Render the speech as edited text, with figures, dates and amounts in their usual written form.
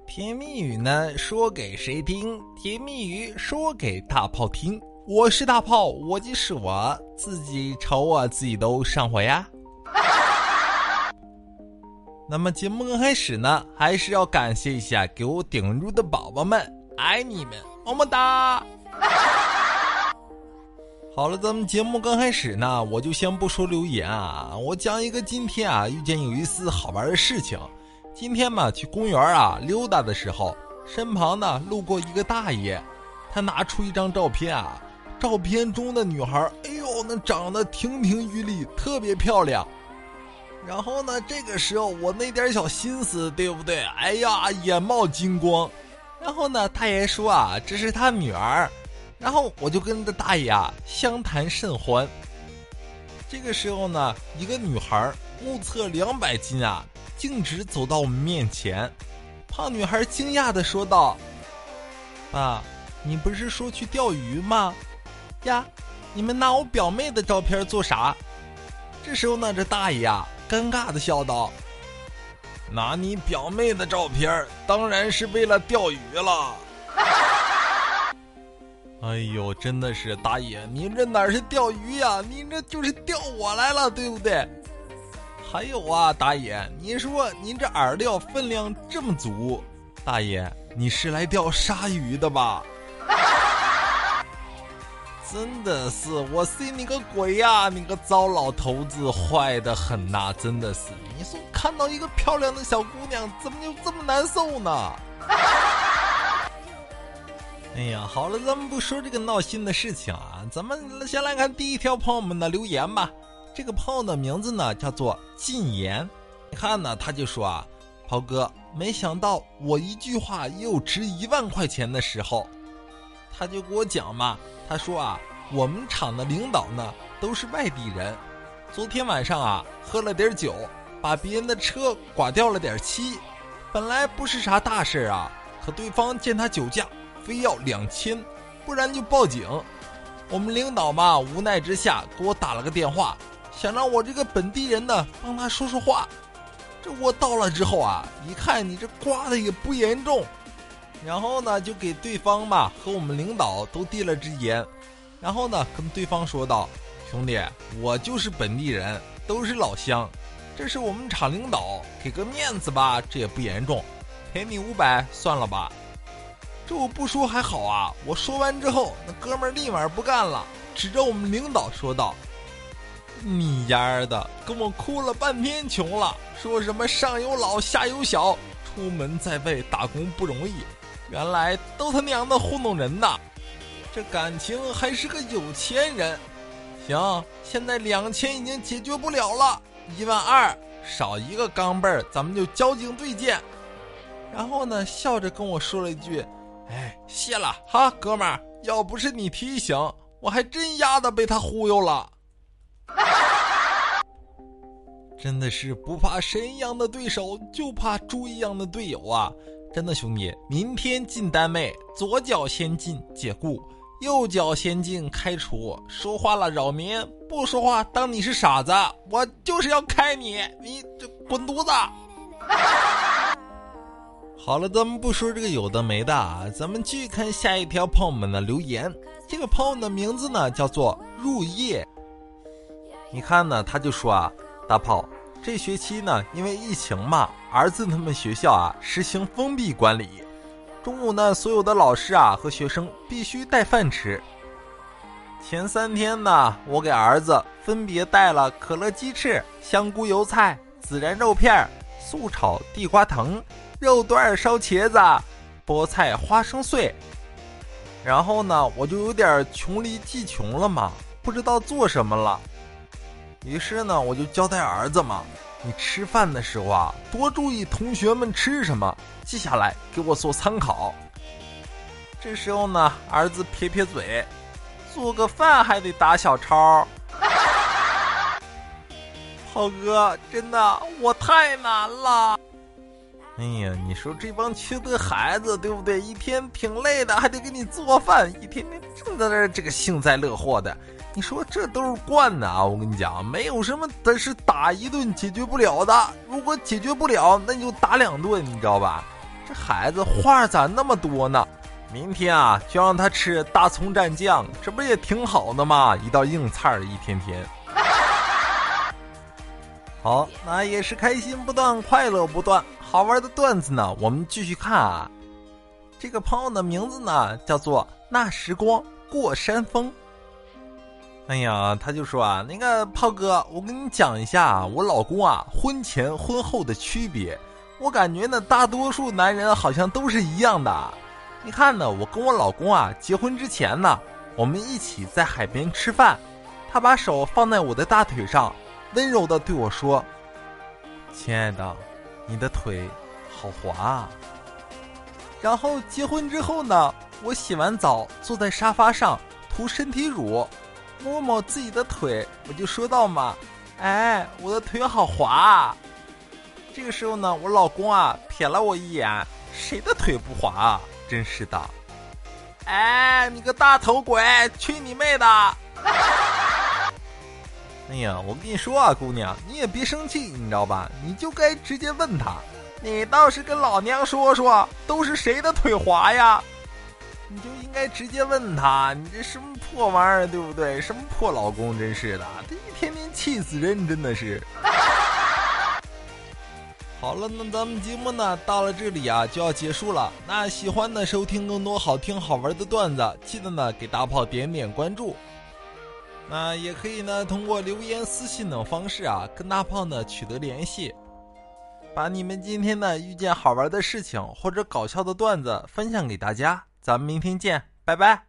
甜蜜语呢，说给谁听？甜蜜语说给大炮听。我是大炮，我就是我，自己瞅我自己都上火呀。那么节目刚开始呢，还是要感谢一下给我顶入的宝宝们，爱你们，么么哒。好了，咱们节目刚开始呢，我就先不说留言啊，我讲一个今天啊遇见有一丝好玩的事情。今天嘛，去公园啊溜达的时候，身旁呢路过一个大爷，他拿出一张照片啊，照片中的女孩，哎呦，那长得亭亭玉立，特别漂亮。然后呢，这个时候我那点小心思，对不对？哎呀，眼冒金光。然后呢，大爷说啊，这是他女儿。然后我就跟着大爷啊相谈甚欢。这个时候呢，一个女孩目测200斤啊，径直走到我们面前。胖女孩惊讶地说道：“爸，你不是说去钓鱼吗？呀，你们拿我表妹的照片做啥？”这时候呢，这大爷啊尴尬地笑道：“拿你表妹的照片，当然是为了钓鱼了。”哎呦，真的是大爷，您这哪是钓鱼呀？您这就是钓我来了，对不对？还有啊，大爷，您说您这饵料分量这么足，大爷，你是来钓鲨鱼的吧？真的是，我信你个鬼呀！你个糟老头子，坏得很呐，真的是。你说看到一个漂亮的小姑娘，怎么就这么难受呢？哎呀，好了，咱们不说这个闹心的事情啊，咱们先来看第一条朋友们的留言吧。这个朋友的名字呢叫做禁言。你看呢，他就说啊，炮哥，没想到我一句话也有值1万块钱的时候。他就给我讲嘛，他说啊，我们厂的领导呢都是外地人，昨天晚上啊喝了点酒，把别人的车刮掉了点漆，本来不是啥大事啊，可对方见他酒驾，非要2000，不然就报警。我们领导嘛，无奈之下给我打了个电话，想让我这个本地人呢帮他说说话。这我到了之后啊，一看你这刮的也不严重，然后呢就给对方嘛和我们领导都递了支烟，然后呢跟对方说道：兄弟，我就是本地人，都是老乡，这是我们厂领导，给个面子吧，这也不严重，赔你500算了吧。这我不说还好啊，我说完之后，那哥们儿立马不干了，指着我们领导说道：你丫的，跟我哭了半天穷了，说什么上有老下有小，出门在外打工不容易，原来都他娘的糊弄人呐，这感情还是个有钱人。行，现在2000已经解决不了了，12000少一个钢镚儿，咱们就交警队见。然后呢，笑着跟我说了一句：哎，谢了哈，哥们儿，要不是你提醒，我还真丫的被他忽悠了。真的是不怕神一样的对手，就怕猪一样的队友啊！真的兄弟，明天进单位，左脚先进解雇，右脚先进开除，说话了扰民，不说话当你是傻子，我就是要开你，你这滚犊子！好了，咱们不说这个有的没的啊，咱们继续看下一条朋友们的留言。这个朋友的名字呢叫做入夜。你看呢，他就说啊，大炮，这学期呢因为疫情嘛，儿子他们学校啊实行封闭管理，中午呢所有的老师啊和学生必须带饭吃。前3天呢，我给儿子分别带了可乐鸡翅、香菇油菜、孜然肉片、素炒地瓜藤、肉段烧茄子、菠菜花生碎。然后呢，我就有点穷里技穷了嘛，不知道做什么了。于是呢，我就交代儿子嘛，你吃饭的时候啊，多注意同学们吃什么，记下来给我做参考。这时候呢，儿子撇撇嘴，做个饭还得打小抄。浩哥，真的我太难了。哎呀，你说这帮缺德孩子，对不对？一天挺累的，还得给你做饭，一天天正在那这个幸灾乐祸的。你说这都是惯的啊！我跟你讲，没有什么的是打1顿解决不了的。如果解决不了，那你就打2顿，你知道吧？ 这孩子话咋那么多呢？明天啊就让他吃大葱蘸酱，这不也挺好的吗？一道硬菜儿一天天。好，那也是开心不断，快乐不断。好玩的段子呢，我们继续看啊。这个朋友的名字呢叫做那时光过山峰。哎呀，他就说啊，那个炮哥，我跟你讲一下啊，我老公啊婚前婚后的区别。我感觉呢，大多数男人好像都是一样的。你看呢，我跟我老公啊结婚之前呢，我们一起在海边吃饭，他把手放在我的大腿上，温柔地对我说：“亲爱的，你的腿好滑啊。”然后结婚之后呢，我洗完澡坐在沙发上涂身体乳，摸摸自己的腿，我就说道嘛：“哎，我的腿好滑啊。”这个时候呢，我老公啊瞥了我一眼，谁的腿不滑啊？真是的！哎，你个大头鬼，去你妹的！哎呀，我跟你说啊，姑娘，你也别生气，你知道吧？你就该直接问他，你倒是跟老娘说说，都是谁的腿滑呀？你就应该直接问他，你这什么破玩意儿，对不对？什么破老公，真是的，这一天天气死人，真的是。好了，那咱们节目呢到了这里啊就要结束了。那喜欢的收听更多好听好玩的段子，记得呢给大炮点点关注。那也可以呢通过留言、私信等方式啊跟大炮呢取得联系，把你们今天呢遇见好玩的事情或者搞笑的段子分享给大家。咱们明天见，拜拜。